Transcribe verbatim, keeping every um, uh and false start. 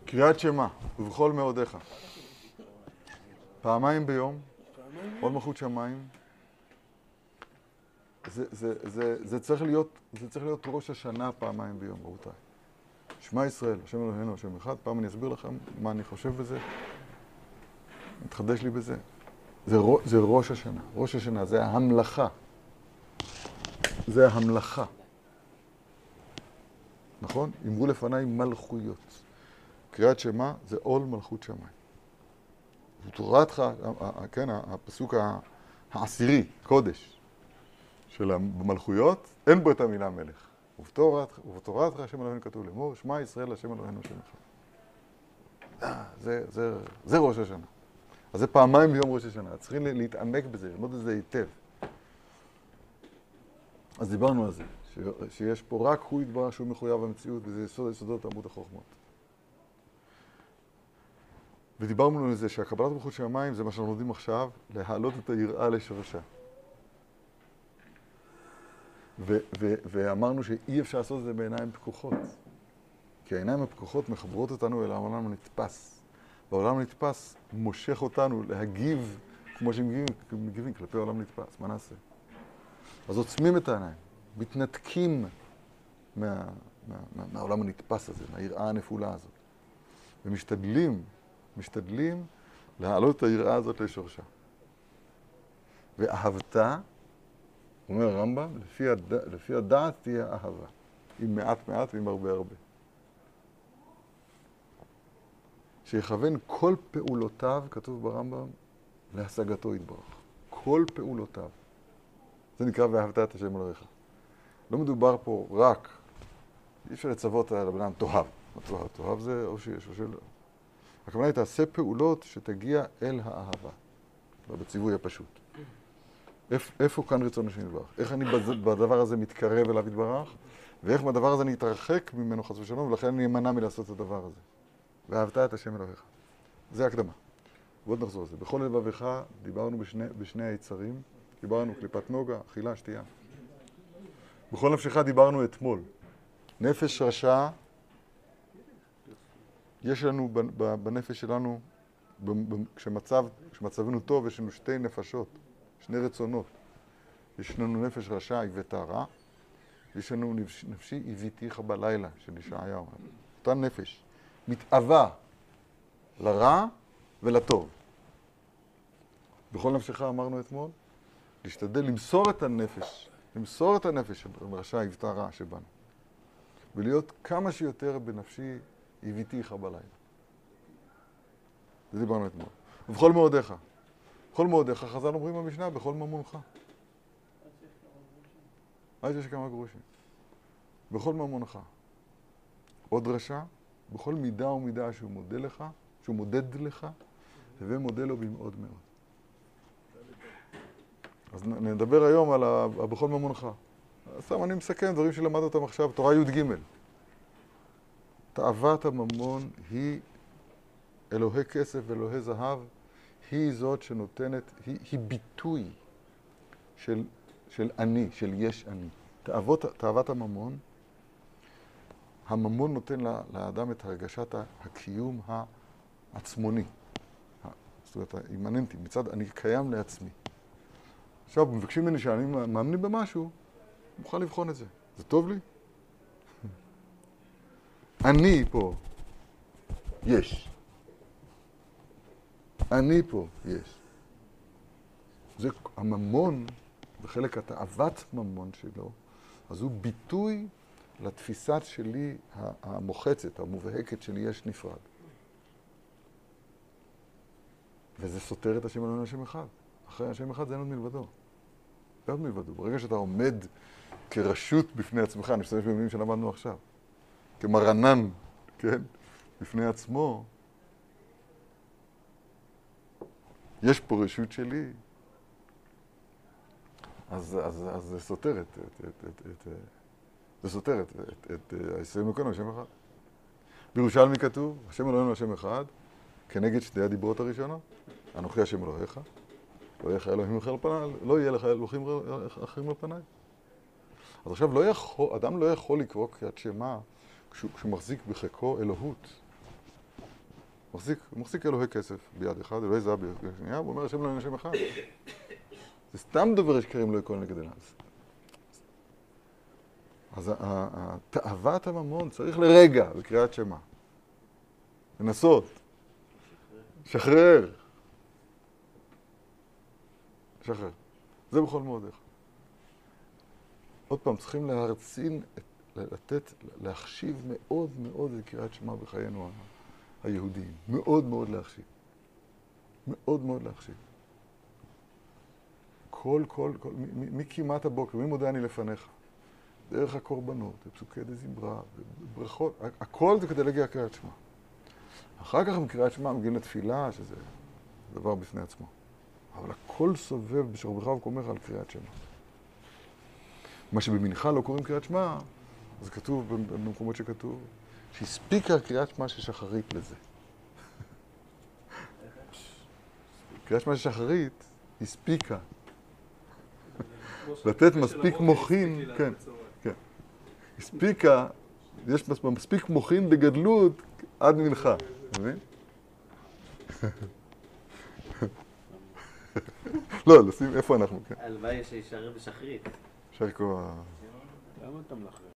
קריאת שמע, ובכל מאודיך. פעמיים ביום, עוד מלכות שמיים. זה, זה, זה, זה, צריך להיות, זה צריך להיות ראש השנה פעמיים ביום, רבותיי. שמע ישראל, השם אלוהינו, השם אחד. פעם אני אסביר לכם מה אני חושב בזה. מתחדש לי בזה. זה, זה ראש השנה. ראש השנה, זה המלאכה. זה המלאכה. נכון? אמרו לפניי מלכויות. קריאת שמע זה עול מלכות שמיים. ותורתך, כן, הפסוק העשירי, קודש, של המלכויות, אין בו את המילה מלך. ובתורתך השם אלוהינו כתוב לאמור, שמע ישראל השם אלוהינו השם אחד. זה, זה, זה ראש השנה. אז זה פעמיים ביום ראש השנה. צריכים להתעמק בזה, ללמוד את זה היטב. אז דיברנו על זה, ש, שיש פה רק הוא יתברך שהוא מחויב המציאות, וזה יסוד יסודות תרבות החוכמות. ודיברנו על זה שהקבלת מלכות שמיים זה מה שאנחנו לומדים עכשיו, להעלות את היראה לשורשה. ו- ו- ואמרנו שאי אפשר לעשות את זה בעיניים פקוחות. כי העיניים הפקוחות מחברות אותנו אל העולם הנתפס. והעולם הנתפס מושך אותנו להגיב כמו שהם מגיבים, מגיבים כלפי העולם הנתפס. מה נעשה? אז עוצמים את העיניים, מתנתקים מה, מה, מה, מהעולם הנתפס הזה, מהיראה הנפולה הזאת. ומשתדלים, משתדלים להעלות את היראה הזאת לשורשה. ואהבתה, אומר הרמב"ם, לפי, הד... לפי הדעת תהיה אהבה. עם מעט מעט ועם הרבה הרבה. שיכוון כל פעולותיו, כתוב ברמב"ם, להשגתו יתברך. כל פעולותיו. זה נקרא ואהבת את השם אלוהיך. לא מדובר פה רק, אי אפשר לצוות על הבן אדם תאהב. תאהב, תאהב זה או שיש או שלא. הכוונה היא תעשה פעולות שתגיע אל האהבה. בציווי הפשוט. איפ, איפה כאן רצון השם יתברך? איך אני בדבר הזה מתקרב אליו יתברך? ואיך בדבר הזה אני אתרחק ממנו חס ושלום, ולכן אני אמנע מלעשות את הדבר הזה. ואהבת את השם אלוהיך. זה הקדמה. ועוד נחזור לזה. בכל לבביך דיברנו בשני, בשני היצרים. דיברנו קליפת נוגה, אכילה, שתייה. בכל נפשך דיברנו אתמול. נפש רשע, יש לנו בנפש שלנו, כשמצב, כשמצבנו טוב, יש לנו שתי נפשות, שני רצונות. יש לנו נפש רשע, הבאת רע, ויש לנו נפשי הביתיך בלילה, של ישעיהו. אותה נפש מתאווה לרע ולטוב. בכל נפשך אמרנו אתמול, להשתדל למסור את הנפש, למסור את הנפש של רשע הבאת רע שבנו, ולהיות כמה שיותר בנפשי הביתיך בלילה. זה דיברנו אתמול. ובכל מאודיך. בכל מאודיך, חז"ל אומרים במשנה, בכל ממונך. אז יש כמה גרושים. בכל ממונך. עוד רשע, בכל מידה ומידה שהוא מודד לך, שהוא מודד לך, הווה מודה לו במאוד מאוד. אז נדבר היום על בכל ממונך. סתם אני מסכם דברים שלמד אותם עכשיו, תורה י' ג'. תאוות הממון היא אלוהי כסף ואלוהי זהב, היא זאת שנותנת, היא, היא ביטוי של, של אני, של יש אני. תאוות, תאוות הממון, הממון נותן לאדם את הרגשת הקיום העצמוני. זאת אומרת, האימננטי, מצד אני קיים לעצמי. עכשיו, מבקשים ממני שאני מאמין במשהו, מוכן לבחון את זה. זה טוב לי? אני פה, יש. אני פה, יש. זה הממון, בחלק התאוות ממון שלו, אז הוא ביטוי לתפיסת שלי המוחצת, המובהקת שלי יש נפרד. וזה סותר את השם אלוהינו השם אחד. אחרי השם אחד זה אין עוד מלבדו. אין עוד מלבדו. ברגע שאתה עומד כרשות בפני עצמך, אני משתמש במילים שלמדנו עכשיו, כמרנן, כן, בפני עצמו, יש פה רשות שלי, אז, אז, אז זה סותר את, את, את, את, את, זה סותר את, את, את הישראלים מקונו, השם אחד. בירושלמי כתוב, השם אלוהינו השם אחד, כנגד שתי הדיברות הראשונות, אנוכי השם אלוהיך, לא יהיה לך אלוהים אחר על פניי, לא יהיה לך אלוהים אחרים על פניי. אז עכשיו לא יכול, אדם לא יכול לקרוא קריאת שמע כשהוא, כשהוא מחזיק בחיקו אלוהות. מחזיק, הוא מחזיק אלוהי כסף ביד אחד, אלוהי זהב ביד שנייה, הוא אומר השם לא נשם אחד. זה סתם דובר שקרים לא יקול נגד אלאז. אז תאוות הממון צריך לרגע בקריאת שמע. לנסות. שחרר. שחרר. זה בכל מאודך. עוד פעם, צריכים להרצין, לתת, להחשיב מאוד מאוד את קריאת שמע בחיינו היהודיים. מאוד מאוד להחשיב. מאוד מאוד להחשיב. כל, כל, כל, מכמעט הבוקר, מי מודה אני לפניך? דרך הקורבנות, בפסוקי דזמרה, בברכות, הכל זה כדי להגיע קריאת שמע. אחר כך בקריאת שמע מגיעים לתפילה, שזה דבר בפני עצמו. אבל הכל סובב בשוכבך ובקומך על קריאת שמע. מה שבמנחה לא קוראים קריאת שמע, אז כתוב במקומות שכתוב, שהספיקה קריאת שמע ששחרית לזה. קריאת שמע ששחרית הספיקה. לתת מספיק מוחין, כן, כן. הספיקה, יש מספיק מוחין בגדלות עד מנחה, מבין? לא, לשים איפה אנחנו, כן. הלוואי שישאר בשחרית. שרקו ה... למה אתה מלחר?